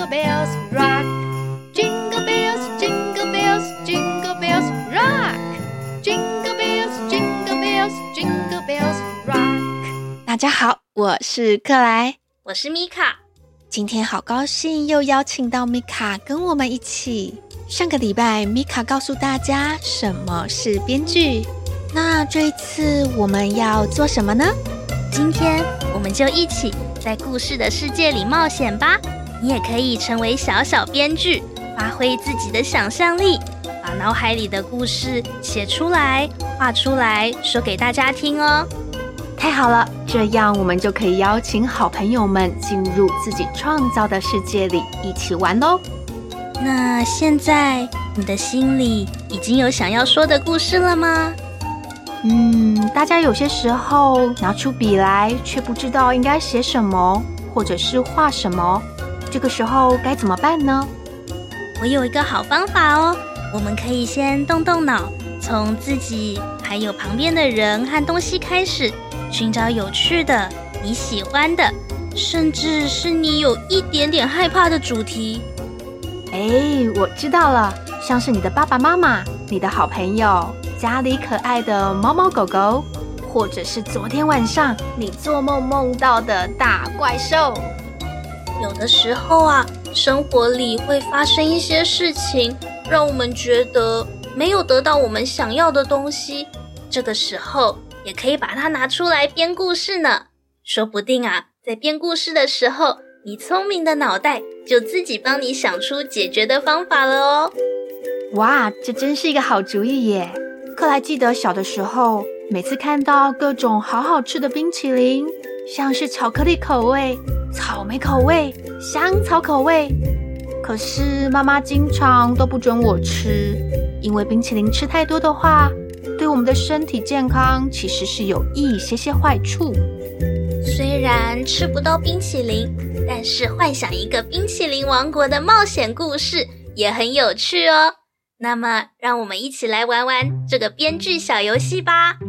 Jingle bells rock. Jingle bells, jingle bells, jingle bells rock. Jingle bells, jingle bells, jingle bells rock. 大家好，我是克莱， 我是米卡。 今天好高兴又邀请到米卡跟我们一起。上个礼拜米卡告诉大家什么是编剧，那这一次我们要做什么呢？ 今天我们就一起在故事的世界里冒险吧。你也可以成为小小编剧，发挥自己的想象力，把脑海里的故事写出来、画出来，说给大家听哦。 太好了，这样我们就可以邀请好朋友们进入自己创造的世界里一起玩咯。 那现在你的心里已经有想要说的故事了吗？ 大家有些时候拿出笔来，却不知道应该写什么，或者是画什么，这个时候该怎么办呢？ 我有一个好方法哦，我们可以先动动脑，从自己还有旁边的人和东西开始，寻找有趣的、你喜欢的，甚至是你有一点点害怕的主题。 我知道了，像是你的爸爸妈妈、你的好朋友、家里可爱的猫猫狗狗，或者是昨天晚上你做梦梦到的大怪兽。 有的时候啊，生活里会发生一些事情，让我们觉得没有得到我们想要的东西，这个时候也可以把它拿出来编故事呢。说不定啊，在编故事的时候，你聪明的脑袋就自己帮你想出解决的方法了哦。 哇，这真是一个好主意耶！克莱记得小的时候，每次看到各种好好吃的冰淇淋，像是巧克力口味、草莓口味、香草口味，可是妈妈经常都不准我吃，因为冰淇淋吃太多的话，对我们的身体健康其实是有一些坏处。 虽然吃不到冰淇淋，但是幻想一个冰淇淋王国的冒险故事也很有趣哦。那么让我们一起来玩玩这个编剧小游戏吧。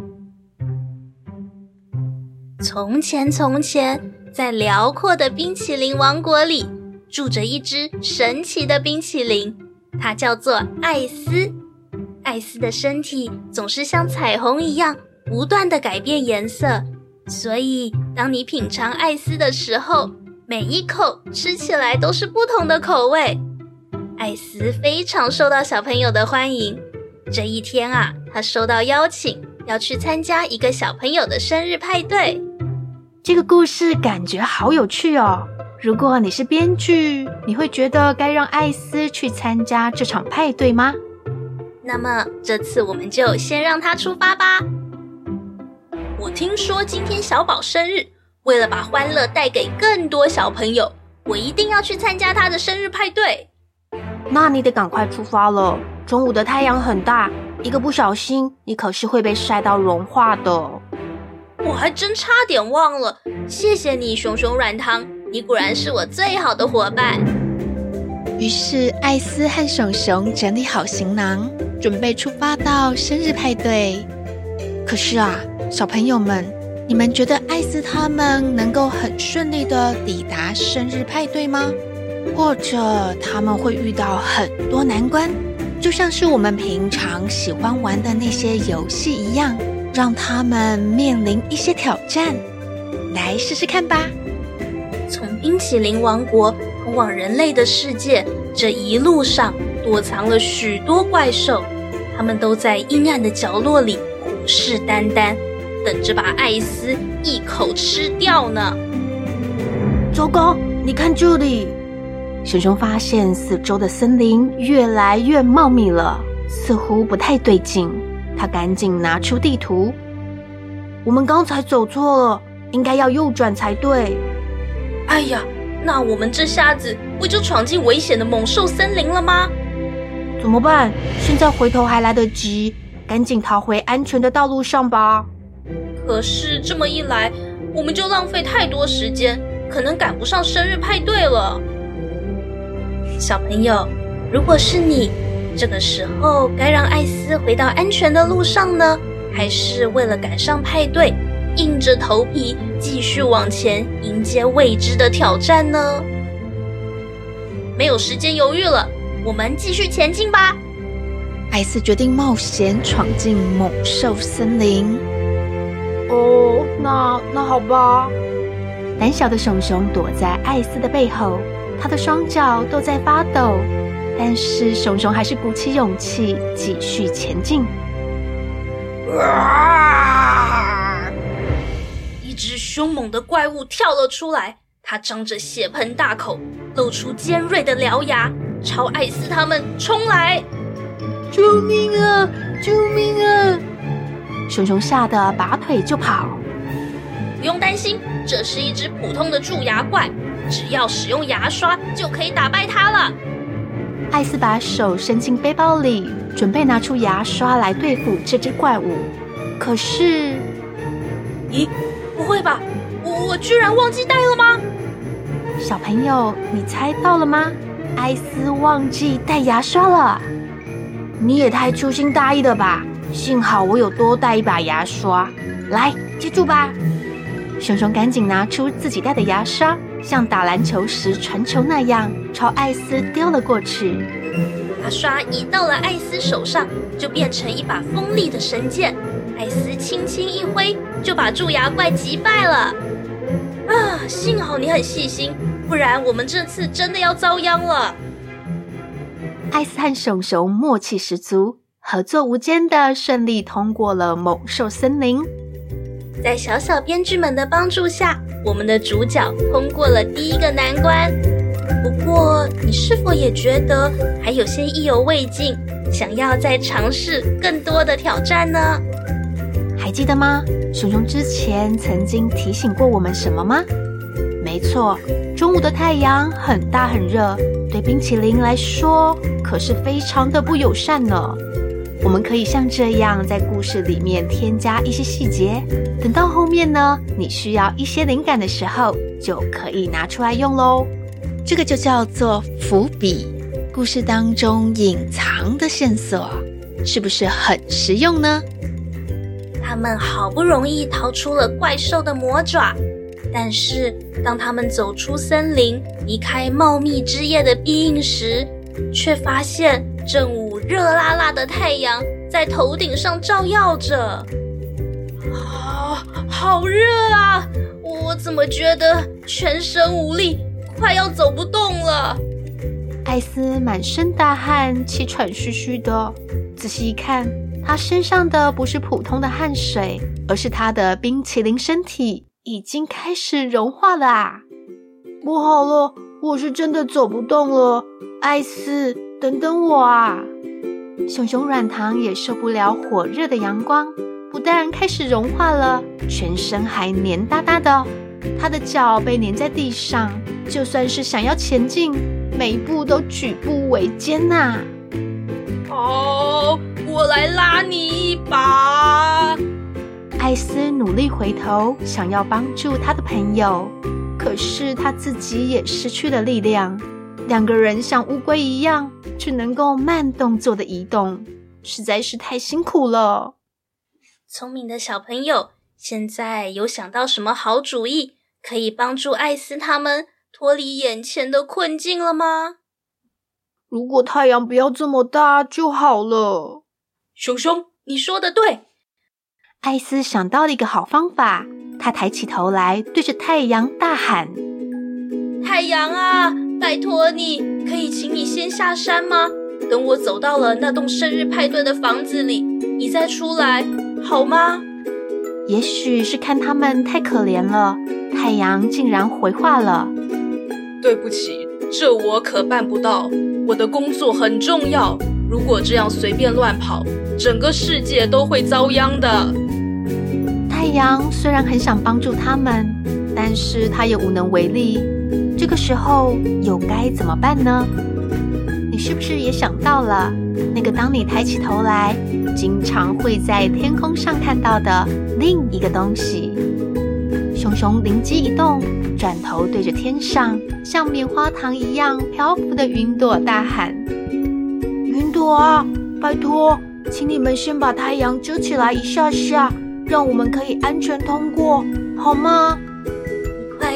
从前从前，在辽阔的冰淇淋王国里，住着一只神奇的冰淇淋，它叫做艾斯。艾斯的身体总是像彩虹一样不断地改变颜色，所以当你品尝艾斯的时候，每一口吃起来都是不同的口味。艾斯非常受到小朋友的欢迎。这一天啊，他收到邀请，要去参加一个小朋友的生日派对。 这个故事感觉好有趣哦。如果你是编剧，你会觉得该让艾斯去参加这场派对吗？ 那么这次我们就先让他出发吧。我听说今天小宝生日，为了把欢乐带给更多小朋友，我一定要去参加他的生日派对。 那你得赶快出发了，中午的太阳很大，一个不小心，你可是会被晒到融化的。 我还真差点忘了，谢谢你熊熊软糖，你果然是我最好的伙伴。 于是艾斯和熊熊整理好行囊，准备出发到生日派对。可是啊，小朋友们，你们觉得艾斯他们能够很顺利的抵达生日派对吗？或者他们会遇到很多难关，就像是我们平常喜欢玩的那些游戏一样，让他们面临一些挑战。来试试看吧。 从冰淇淋王国通往人类的世界，这一路上躲藏了许多怪兽，他们都在阴暗的角落里虎视眈眈，等着把艾斯一口吃掉呢。 糟糕，你看这里！熊熊发现四周的森林越来越茂密了，似乎不太对劲。他赶紧拿出地图。我们刚才走错了，应该要右转才对。 哎呀，那我们这下子不就闯进危险的猛兽森林了吗？ 怎么办？现在回头还来得及，赶紧逃回安全的道路上吧。 可是这么一来，我们就浪费太多时间，可能赶不上生日派对了。小朋友，如果是你，这个时候该让艾斯回到安全的路上呢，还是为了赶上派对，硬着头皮继续往前迎接未知的挑战呢？ 没有时间犹豫了，我们继续前进吧。 艾斯决定冒险闯进猛兽森林。 哦，那好吧。 胆小的熊熊躲在艾斯的背后，他的双脚都在发抖，但是熊熊还是鼓起勇气继续前进。 一只凶猛的怪物跳了出来，它张着血盆大口，露出尖锐的獠牙，朝艾斯他们冲来。 救命啊！救命啊！ 熊熊吓得拔腿就跑。 不用担心，这是一只普通的蛀牙怪，只要使用牙刷就可以打败它了。 艾斯把手伸进背包里，准备拿出牙刷来对付这只怪物。可是， 咦，不会吧？我居然忘记带了吗？ 小朋友，你猜到了吗？艾斯忘记带牙刷了。 你也太粗心大意了吧！幸好我有多带一把牙刷，来，接住吧。 熊熊赶紧拿出自己带的牙刷，像打篮球时传球那样，朝艾斯丢了过去。 牙刷一到了艾斯手上，就变成一把锋利的神剑。艾斯轻轻一挥，就把蛀牙怪击败了。啊，幸好你很细心，不然我们这次真的要遭殃了。 艾斯和熊熊默契十足，合作无间的顺利通过了猛兽森林。 在小小编剧们的帮助下，我们的主角通过了第一个难关。不过，你是否也觉得还有些意犹未尽，想要再尝试更多的挑战呢？ 还记得吗？熊熊之前曾经提醒过我们什么吗？没错，中午的太阳很大很热，对冰淇淋来说可是非常的不友善呢。我们可以像这样在故事里面添加一些细节，等到后面呢，你需要一些灵感的时候，就可以拿出来用咯。这个就叫做伏笔，故事当中隐藏的线索，是不是很实用呢？ 他们好不容易逃出了怪兽的魔爪，但是当他们走出森林，离开茂密枝叶的庇荫时，却发现正午热辣辣的太阳在头顶上照耀着。好热啊！我怎么觉得全身无力，快要走不动了。 艾斯满身大汗，气喘吁吁的。仔细一看，他身上的不是普通的汗水，而是他的冰淇淋身体已经开始融化了啊！ 不好了，我是真的走不动了。艾斯，等等我啊！ 熊熊软糖也受不了火热的阳光，不但开始融化了，全身还黏哒哒的。他的脚被粘在地上，就算是想要前进，每一步都举步维艰呐。 我来拉你一把。 艾斯努力回头，想要帮助他的朋友，可是他自己也失去了力量。两个人像乌龟一样，只能够慢动作的移动，实在是太辛苦了。 聪明的小朋友，现在有想到什么好主意，可以帮助艾斯他们脱离眼前的困境了吗？ 如果太阳不要这么大就好了。 熊熊，你说的对。 艾斯想到了一个好方法，他抬起头来，对着太阳大喊： 太阳啊，拜托你，可以请你先下山吗？等我走到了那栋生日派对的房子里，你再出来，好吗？ 也许是看他们太可怜了，太阳竟然回话了： 对不起，这我可办不到，我的工作很重要，如果这样随便乱跑，整个世界都会遭殃的。 太阳虽然很想帮助他们，但是他也无能为力。这个时候又该怎么办呢？你是不是也想到了那个当你抬起头来，经常会在天空上看到的另一个东西？熊熊灵机一动，转头对着天上像棉花糖一样漂浮的云朵大喊： 云朵啊，拜托，请你们先把太阳遮起来一下下，让我们可以安全通过，好吗？ 快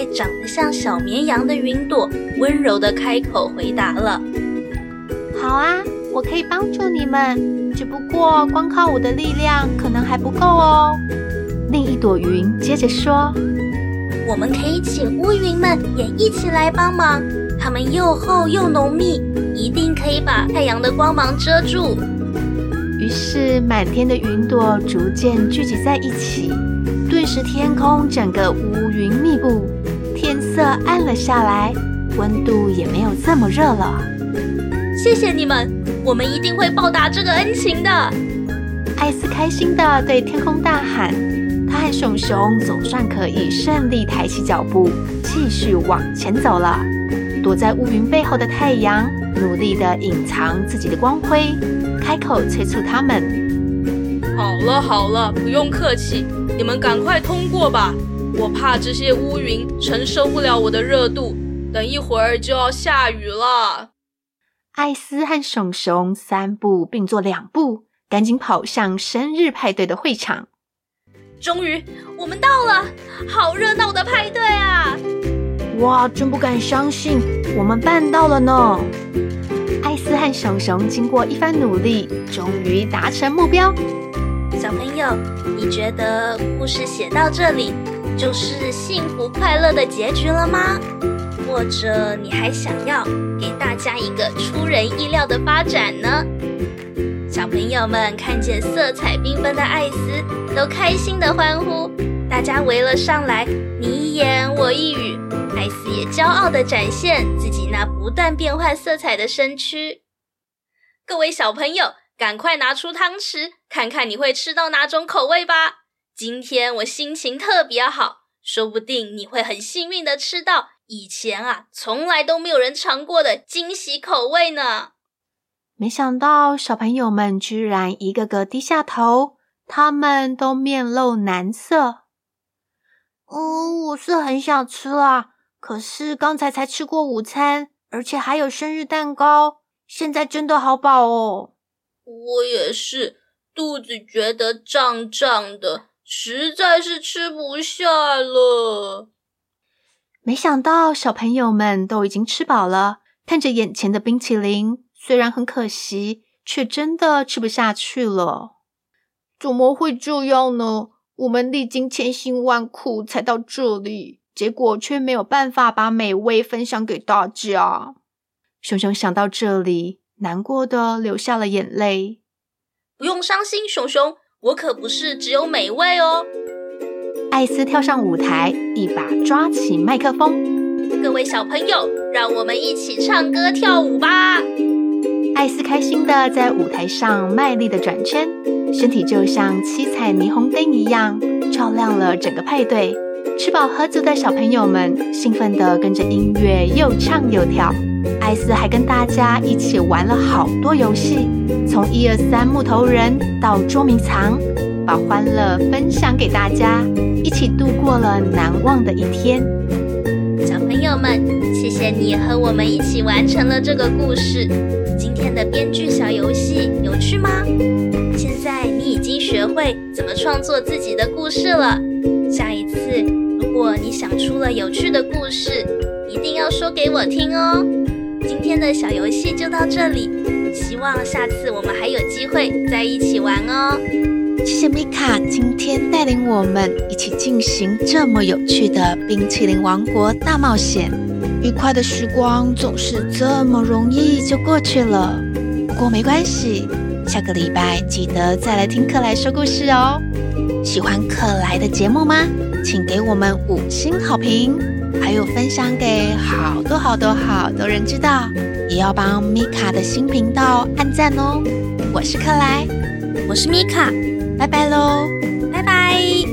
台长得像小绵羊的云朵温柔地开口回答了： 好啊，我可以帮助你们，只不过光靠我的力量可能还不够哦。另一朵云接着说： 我们可以请乌云们也一起来帮忙，它们又厚又浓密，一定可以把太阳的光芒遮住。 于是满天的云朵逐渐聚集在一起，顿时天空整个乌云密布，天色暗了下来，温度也没有这么热了。 谢谢你们，我们一定会报答这个恩情的。 艾斯开心地对天空大喊，他和熊熊总算可以顺利抬起脚步，继续往前走了。躲在乌云背后的太阳努力地隐藏自己的光辉，开口催促他们： 好了，不用客气，你们赶快通过吧。我怕这些乌云承受不了我的热度，等一会儿就要下雨了。 艾斯和熊熊3步并作2步，赶紧跑向生日派对的会场。 终于，我们到了，好热闹的派对啊！ 哇，真不敢相信，我们办到了呢！ 艾斯和熊熊经过一番努力，终于达成目标。 小朋友，你觉得故事写到这里，就是幸福快乐的结局了吗？或者你还想要给大家一个出人意料的发展呢？小朋友们看见色彩缤纷的艾斯，都开心地欢呼，大家围了上来，你一言我一语，艾斯也骄傲地展现自己那不断变换色彩的身躯。各位小朋友，赶快拿出汤匙，看看你会吃到哪种口味吧。今天我心情特别好，说不定你会很幸运地吃到以前从来都没有人尝过的惊喜口味呢。 没想到小朋友们居然一个个低下头，他们都面露难色。 我是很想吃啦，可是刚才吃过午餐，而且还有生日蛋糕，现在真的好饱哦。 我也是，肚子觉得胀胀的，实在是吃不下了。 没想到小朋友们都已经吃饱了，看着眼前的冰淇淋，虽然很可惜，却真的吃不下去了。 怎么会这样呢？我们历经千辛万苦才到这里，结果却没有办法把美味分享给大家。 熊熊想到这里，难过的流下了眼泪。 不用伤心，熊熊，我可不是只有美味哦。 艾斯跳上舞台，一把抓起麦克风。 各位小朋友，让我们一起唱歌跳舞吧。 艾斯开心的在舞台上卖力的转圈，身体就像7彩霓虹灯一样，照亮了整个派对。吃饱喝足的小朋友们兴奋地跟着音乐又唱又跳。艾斯还跟大家一起玩了好多游戏，从1、2、3木头人到捉迷藏，把欢乐分享给大家，一起度过了难忘的一天。 小朋友们，谢谢你和我们一起完成了这个故事。今天的编剧小游戏有趣吗？现在你已经学会怎么创作自己的故事了。下一次，如果你想出了有趣的故事，一定要说给我听哦。今天的小游戏就到这里，希望下次我们还有机会在一起玩哦。 谢谢米卡今天带领我们一起进行这么有趣的冰淇淋王国大冒险。愉快的时光总是这么容易就过去了，不过没关系，下个礼拜记得再来听克莱说故事哦。喜欢克莱的节目吗？请给我们5星好评，还有分享给好多人知道，也要帮米卡的新频道按赞哦。我是克莱， 我是米卡， 拜拜喽， 拜拜。